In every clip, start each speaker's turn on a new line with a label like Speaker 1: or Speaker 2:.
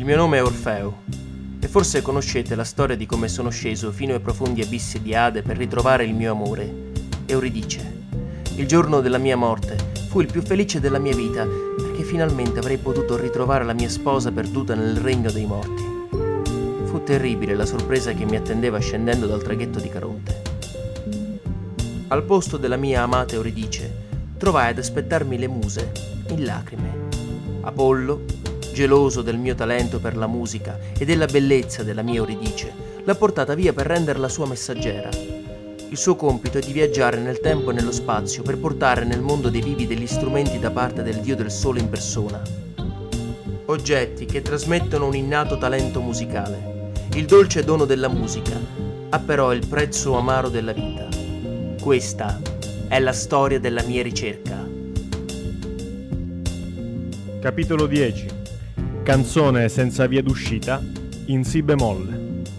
Speaker 1: Il mio nome è Orfeo, e forse conoscete la storia di come sono sceso fino ai profondi abissi di Ade per ritrovare il mio amore, Euridice. Il giorno della mia morte fu il più felice della mia vita, perché finalmente avrei potuto ritrovare la mia sposa perduta nel regno dei morti. Fu terribile la sorpresa che mi attendeva scendendo dal traghetto di Caronte. Al posto della mia amata Euridice trovai ad aspettarmi le muse, in lacrime. Apollo, geloso del mio talento per la musica e della bellezza della mia Euridice, l'ha portata via per renderla sua messaggera. Il suo compito è di viaggiare nel tempo e nello spazio per portare nel mondo dei vivi degli strumenti da parte del dio del sole in persona. Oggetti che trasmettono un innato talento musicale. Il dolce dono della musica ha però il prezzo amaro della vita. Questa è la storia della mia ricerca.
Speaker 2: Capitolo 10. Canzone senza via d'uscita in si bemolle.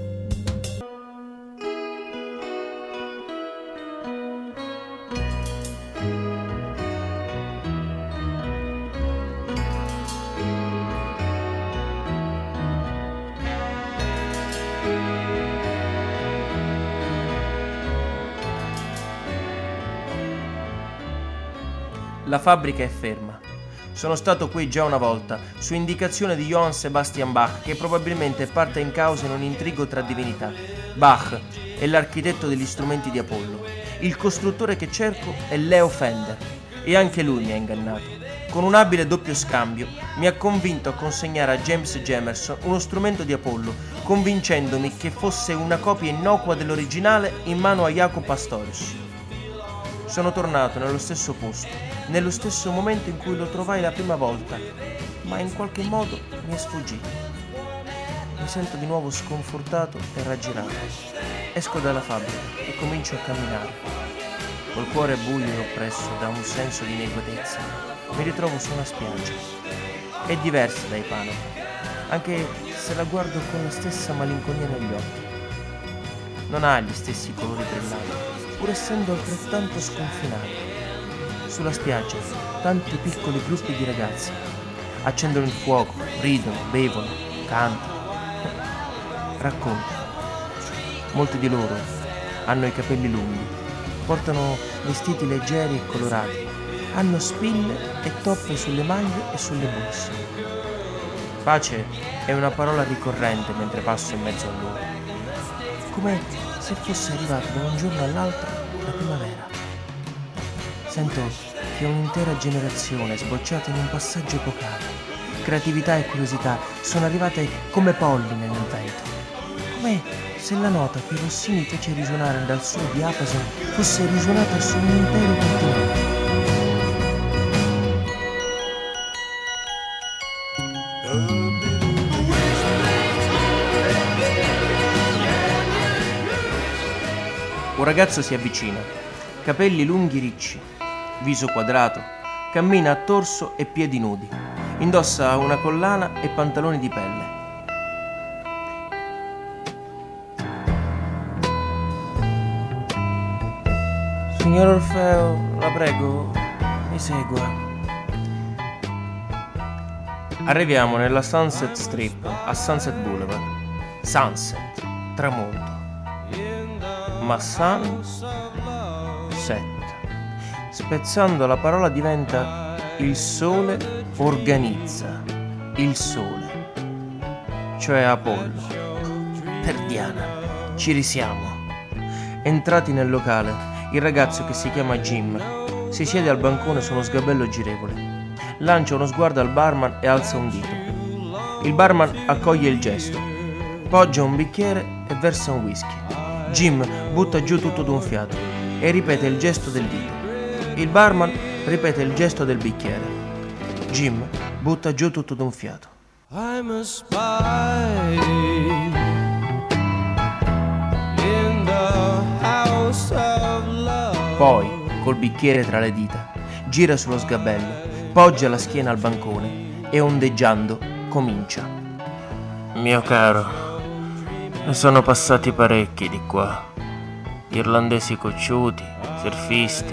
Speaker 1: La fabbrica è ferma. Sono stato qui già una volta, su indicazione di Johann Sebastian Bach, che probabilmente è parte in causa in un intrigo tra divinità. Bach è l'architetto degli strumenti di Apollo. Il costruttore che cerco è Leo Fender, e anche lui mi ha ingannato. Con un abile doppio scambio mi ha convinto a consegnare a James Jamerson uno strumento di Apollo, convincendomi che fosse una copia innocua dell'originale in mano a Jacob Pastorius. Sono tornato nello stesso posto, nello stesso momento in cui lo trovai la prima volta, ma in qualche modo mi è sfuggito. Mi sento di nuovo sconfortato e raggirato. Esco dalla fabbrica e comincio a camminare. Col cuore buio e oppresso da un senso di inadeguatezza, mi ritrovo su una spiaggia. È diversa dai Panama, anche se la guardo con la stessa malinconia negli occhi. Non ha gli stessi colori brillanti, pur essendo altrettanto sconfinata. Sulla spiaggia, tanti piccoli gruppi di ragazzi accendono il fuoco, ridono, bevono, cantano, raccontano. Molti di loro hanno i capelli lunghi, portano vestiti leggeri e colorati, hanno spille e toppe sulle maglie e sulle borse. Pace è una parola ricorrente mentre passo in mezzo a loro, come se fosse arrivata da un giorno all'altro la primavera. Sento che un'intera generazione è sbocciata in un passaggio epocale. Creatività e curiosità sono arrivate come polline nel vento, come se la nota che Rossini fece risuonare dal suo diapason fosse risuonata su un intero continente. Un ragazzo si avvicina, capelli lunghi ricci, viso quadrato, cammina a torso e piedi nudi, indossa una collana e pantaloni di pelle. Signor Orfeo, la prego, mi segua. Arriviamo nella Sunset Strip a Sunset Boulevard. Sunset, tramonto. Ma sunset. Spezzando la parola diventa il sole organizza, il sole, cioè Apollo. Per Diana, ci risiamo. Entrati nel locale, il ragazzo che si chiama Jim si siede al bancone su uno sgabello girevole, lancia uno sguardo al barman e alza un dito. Il barman accoglie il gesto, poggia un bicchiere e versa un whisky. Jim butta giù tutto d'un fiato e ripete il gesto del dito. Il barman ripete il gesto del bicchiere. Jim butta giù tutto d'un fiato. I'm a spy in the house of love. Poi, col bicchiere tra le dita, gira sullo sgabello, poggia la schiena al bancone e ondeggiando comincia. Mio caro, ne sono passati parecchi di qua, irlandesi cocciuti, surfisti,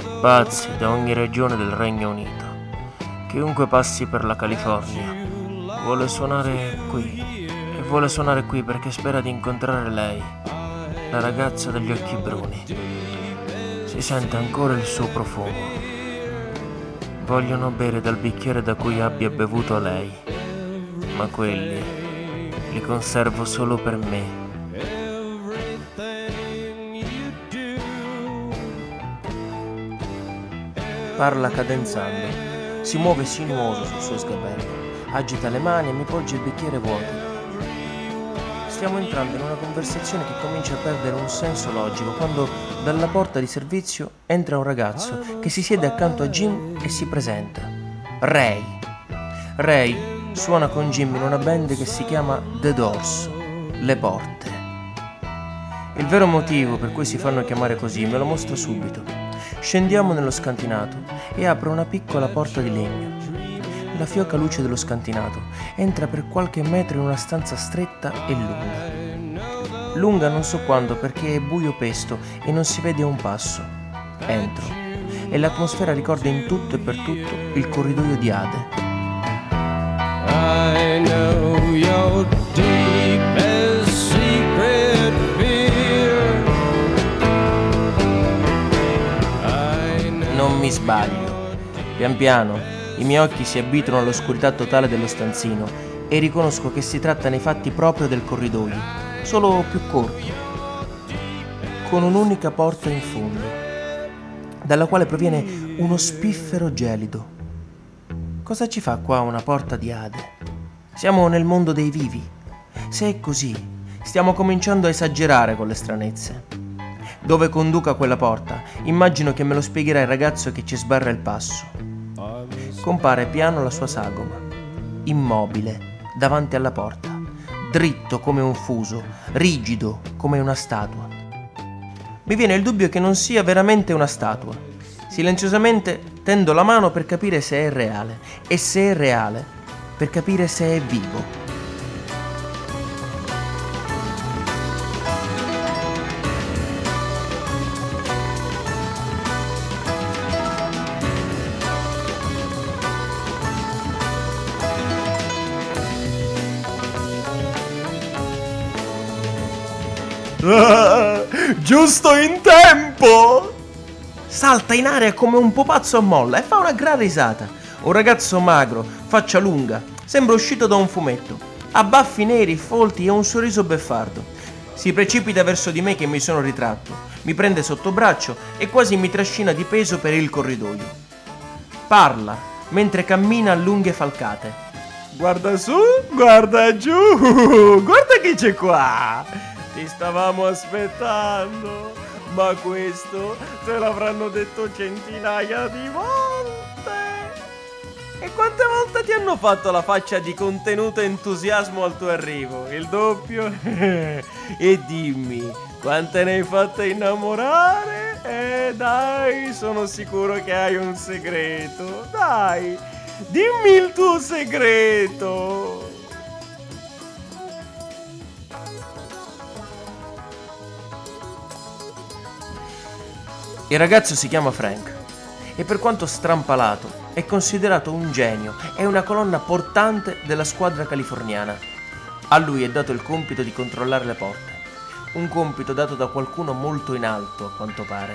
Speaker 1: pazzi da ogni regione del Regno Unito, chiunque passi per la California. Vuole suonare qui. E vuole suonare qui perché spera di incontrare lei, la ragazza dagli occhi bruni. Si sente ancora il suo profumo. Vogliono bere dal bicchiere da cui abbia bevuto lei, ma quelli li conservo solo per me. Parla cadenzando, si muove sinuoso sul suo sgabello, agita le mani e mi porge il bicchiere vuoto. Stiamo entrando in una conversazione che comincia a perdere un senso logico quando dalla porta di servizio entra un ragazzo che si siede accanto a Jim e si presenta. Ray. Ray suona con Jim in una band che si chiama The Doors, Le Porte. Il vero motivo per cui si fanno chiamare così me lo mostra subito. Scendiamo nello scantinato e apre una piccola porta di legno. La fioca luce dello scantinato entra per qualche metro in una stanza stretta e lunga. Lunga non so quanto perché è buio pesto e non si vede un passo. Entro e l'atmosfera ricorda in tutto e per tutto il corridoio di Ade. I know your deepest secret fear. Non mi sbaglio. Pian piano i miei occhi si abituano all'oscurità totale dello stanzino e riconosco che si tratta nei fatti proprio del corridoio, solo più corto, con un'unica porta in fondo, dalla quale proviene uno spiffero gelido. Cosa ci fa qua una porta di Ade? Siamo nel mondo dei vivi. Se è così, stiamo cominciando a esagerare con le stranezze. Dove conduca quella porta, immagino che me lo spiegherà il ragazzo che ci sbarra il passo. Compare piano la sua sagoma, immobile, davanti alla porta, dritto come un fuso, rigido come una statua. Mi viene il dubbio che non sia veramente una statua. Silenziosamente tendo la mano per capire se è reale, e se è reale, per capire se è vivo.
Speaker 2: Giusto in tempo!
Speaker 1: Salta in aria come un pupazzo a molla e fa una gran risata. Un ragazzo magro, faccia lunga, sembra uscito da un fumetto. Ha baffi neri, folti e un sorriso beffardo. Si precipita verso di me che mi sono ritratto, mi prende sotto braccio e quasi mi trascina di peso per il corridoio. Parla mentre cammina a lunghe falcate.
Speaker 2: Guarda su, guarda giù, guarda chi c'è qua! Ti stavamo aspettando, ma questo te l'avranno detto centinaia di volte.
Speaker 1: E quante volte ti hanno fatto la faccia di contenuto entusiasmo al tuo arrivo? Il doppio? E dimmi, quante ne hai fatte innamorare? Dai, sono sicuro che hai un segreto. Dai, dimmi il tuo segreto. Il ragazzo si chiama Frank e per quanto strampalato è considerato un genio e una colonna portante della squadra californiana. A lui è dato il compito di controllare le porte, un compito dato da qualcuno molto in alto a quanto pare.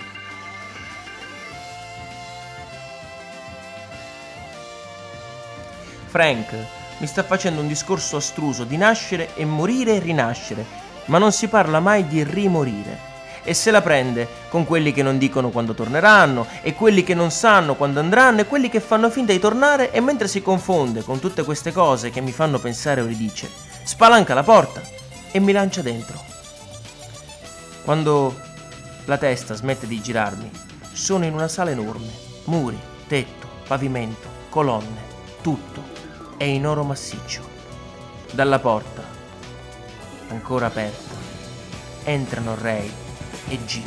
Speaker 1: Frank mi sta facendo un discorso astruso di nascere e morire e rinascere, ma non si parla mai di rimorire. E se la prende con quelli che non dicono quando torneranno, e quelli che non sanno quando andranno, e quelli che fanno finta di tornare, e mentre si confonde con tutte queste cose che mi fanno pensare o ridice, spalanca la porta e mi lancia dentro. Quando la testa smette di girarmi, sono in una sala enorme, muri, tetto, pavimento, colonne, tutto è in oro massiccio. Dalla porta, ancora aperta, entrano Ray e Jim.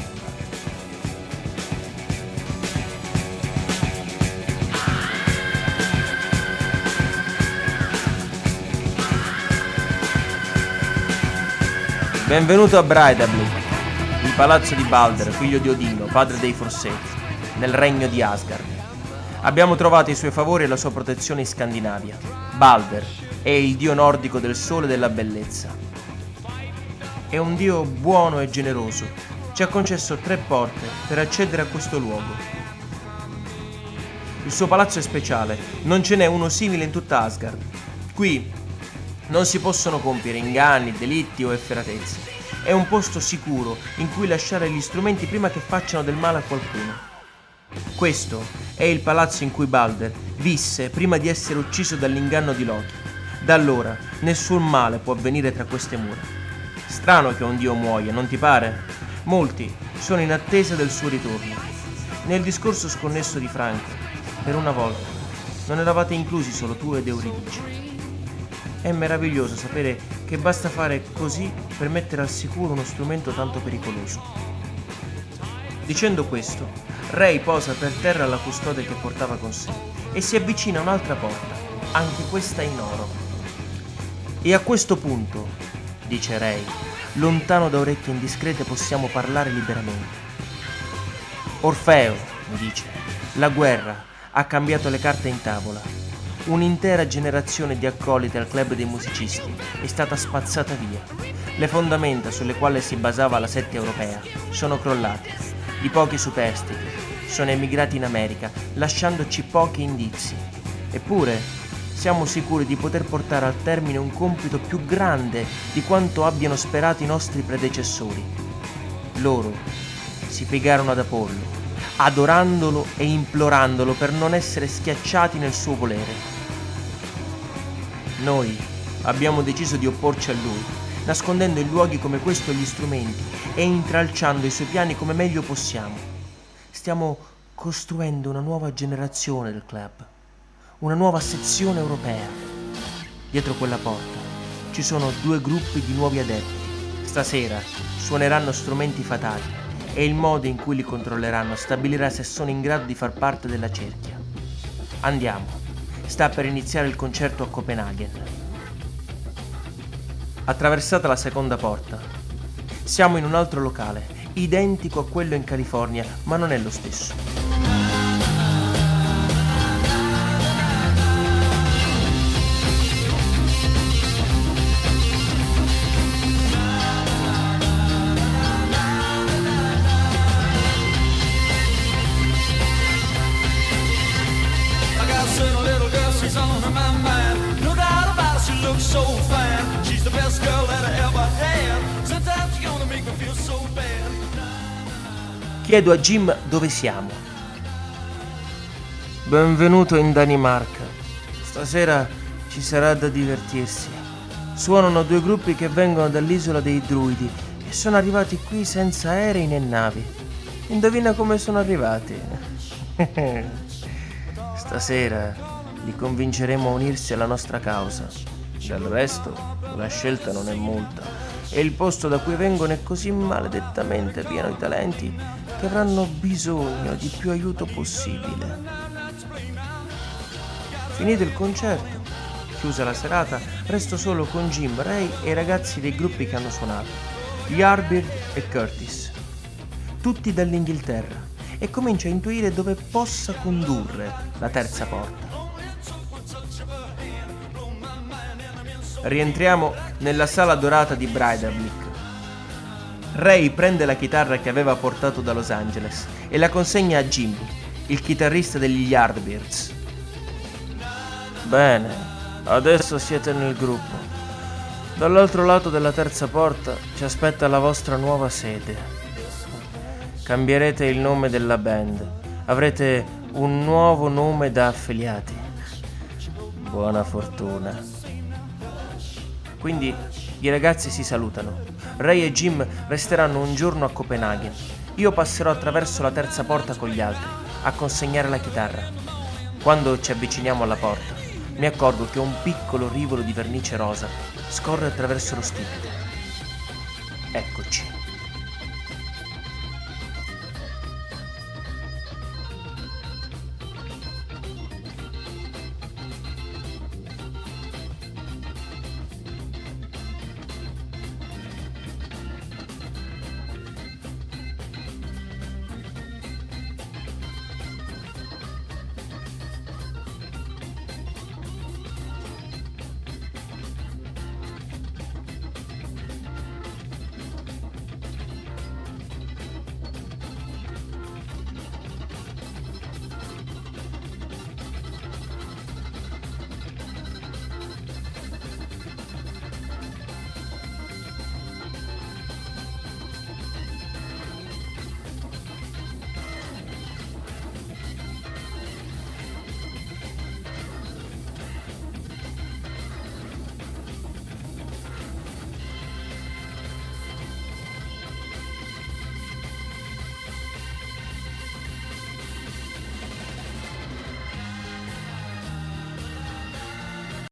Speaker 1: Benvenuto a Breidablik, il palazzo di Balder, figlio di Odino, padre dei Forseti, nel regno di Asgard. Abbiamo trovato i suoi favori e la sua protezione in Scandinavia. Balder, è il dio nordico del sole e della bellezza. È un dio buono e generoso. Ci ha concesso 3 porte per accedere a questo luogo. Il suo palazzo è speciale, non ce n'è uno simile in tutta Asgard. Qui non si possono compiere inganni, delitti o efferatezze. È un posto sicuro in cui lasciare gli strumenti prima che facciano del male a qualcuno. Questo è il palazzo in cui Balder visse prima di essere ucciso dall'inganno di Loki. Da allora nessun male può avvenire tra queste mura. Strano che un dio muoia, non ti pare? Molti sono in attesa del suo ritorno. Nel discorso sconnesso di Frank, per una volta, non eravate inclusi solo tu ed Euridice. È meraviglioso sapere che basta fare così per mettere al sicuro uno strumento tanto pericoloso. Dicendo questo, Rey posa per terra la custode che portava con sé e si avvicina a un'altra porta, anche questa in oro. E a questo punto, dice Rey, lontano da orecchie indiscrete possiamo parlare liberamente. Orfeo, mi dice, la guerra ha cambiato le carte in tavola. Un'intera generazione di accoliti al club dei musicisti è stata spazzata via. Le fondamenta sulle quali si basava la setta europea sono crollate. I pochi superstiti sono emigrati in America, lasciandoci pochi indizi. Eppure siamo sicuri di poter portare al termine un compito più grande di quanto abbiano sperato i nostri predecessori. Loro si piegarono ad Apollo, adorandolo e implorandolo per non essere schiacciati nel suo volere. Noi abbiamo deciso di opporci a lui, nascondendo in luoghi come questo gli strumenti e intralciando i suoi piani come meglio possiamo. Stiamo costruendo una nuova generazione del club, una nuova sezione europea. Dietro quella porta ci sono 2 gruppi di nuovi adepti. Stasera suoneranno strumenti fatali e il modo in cui li controlleranno stabilirà se sono in grado di far parte della cerchia. Andiamo, sta per iniziare il concerto a Copenaghen. Attraversata la seconda porta, siamo in un altro locale, identico a quello in California, ma non è lo stesso. Chiedo a Jim dove siamo. Benvenuto in Danimarca. Stasera ci sarà da divertirsi. Suonano 2 gruppi che vengono dall'isola dei Druidi e sono arrivati qui senza aerei né navi. Indovina come sono arrivati? Stasera li convinceremo a unirsi alla nostra causa. Del resto, la scelta non è molta. E il posto da cui vengono è così maledettamente pieno di talenti che avranno bisogno di più aiuto possibile. Finito il concerto, chiusa la serata, resto solo con Jim, Rey e i ragazzi dei gruppi che hanno suonato, Yardbird e Curtis, tutti dall'Inghilterra, e comincio a intuire dove possa condurre la terza porta. Rientriamo nella sala dorata di Breidablik. Rey prende la chitarra che aveva portato da Los Angeles e la consegna a Jimmy, il chitarrista degli Yardbirds. Bene, adesso siete nel gruppo. Dall'altro lato della terza porta ci aspetta la vostra nuova sede. Cambierete il nome della band. Avrete un nuovo nome da affiliati. Buona fortuna. Quindi i ragazzi si salutano. Rey e Jim resteranno un giorno a Copenaghen. Io passerò attraverso la terza porta con gli altri, a consegnare la chitarra. Quando ci avviciniamo alla porta, mi accorgo che un piccolo rivolo di vernice rosa scorre attraverso lo stipite. Eccoci.